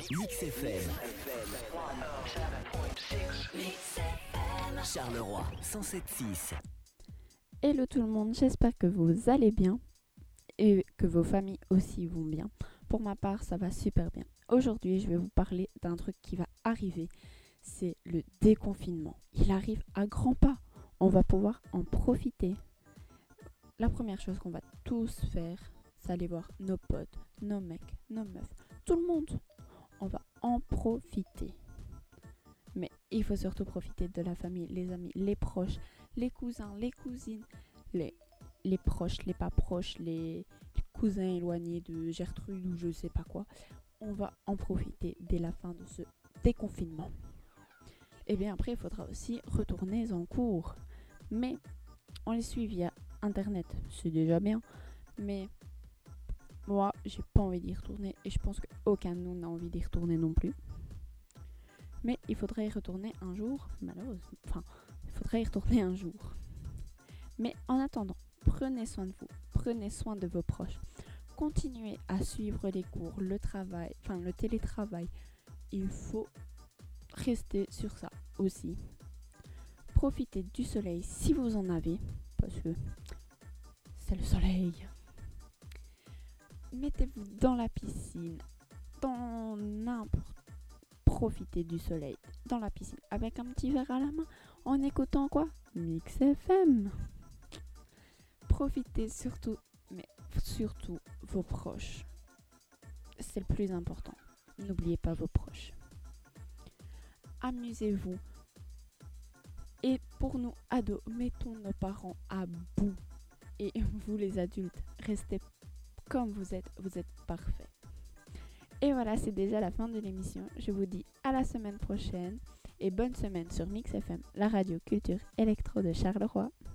Mix FM. Charleroi 107.6. Hello tout le monde, j'espère que vous allez bien et que vos familles aussi vont bien. Pour ma part, ça va super bien. Aujourd'hui, je vais vous parler d'un truc qui va arriver. C'est le déconfinement. Il arrive à grands pas. On va pouvoir en profiter. La première chose qu'on va tous faire, c'est aller voir nos potes, nos mecs, nos meufs, tout le monde. On va en profiter. Mais il faut surtout profiter de la famille, les amis, les proches, les cousins, les cousines, les proches, les pas proches, les cousins éloignés de Gertrude ou je sais pas quoi. On va en profiter dès la fin de ce déconfinement. Et bien après, il faudra aussi retourner en cours. Mais on les suit via internet, c'est déjà bien. Mais moi, j'ai pas envie d'y retourner et je pense qu'aucun de nous n'a envie d'y retourner non plus. Mais il faudrait y retourner un jour, malheureusement. Enfin, il faudrait y retourner un jour. Mais en attendant, prenez soin de vous, prenez soin de vos proches. Continuez à suivre les cours, le travail, enfin le télétravail. Il faut rester sur ça aussi. Profitez du soleil si vous en avez, parce que c'est le soleil. Mettez-vous dans la piscine, dans n'importe. Profitez du soleil dans la piscine avec un petit verre à la main en écoutant quoi ? Mix FM. Profitez surtout, mais surtout vos proches. C'est le plus important. N'oubliez pas vos proches. Amusez-vous. Et pour nous ados, mettons nos parents à bout. Et vous les adultes, restez comme vous êtes parfaits. Et voilà, c'est déjà la fin de l'émission. Je vous dis à la semaine prochaine et bonne semaine sur Mix FM, la radio culture électro de Charleroi.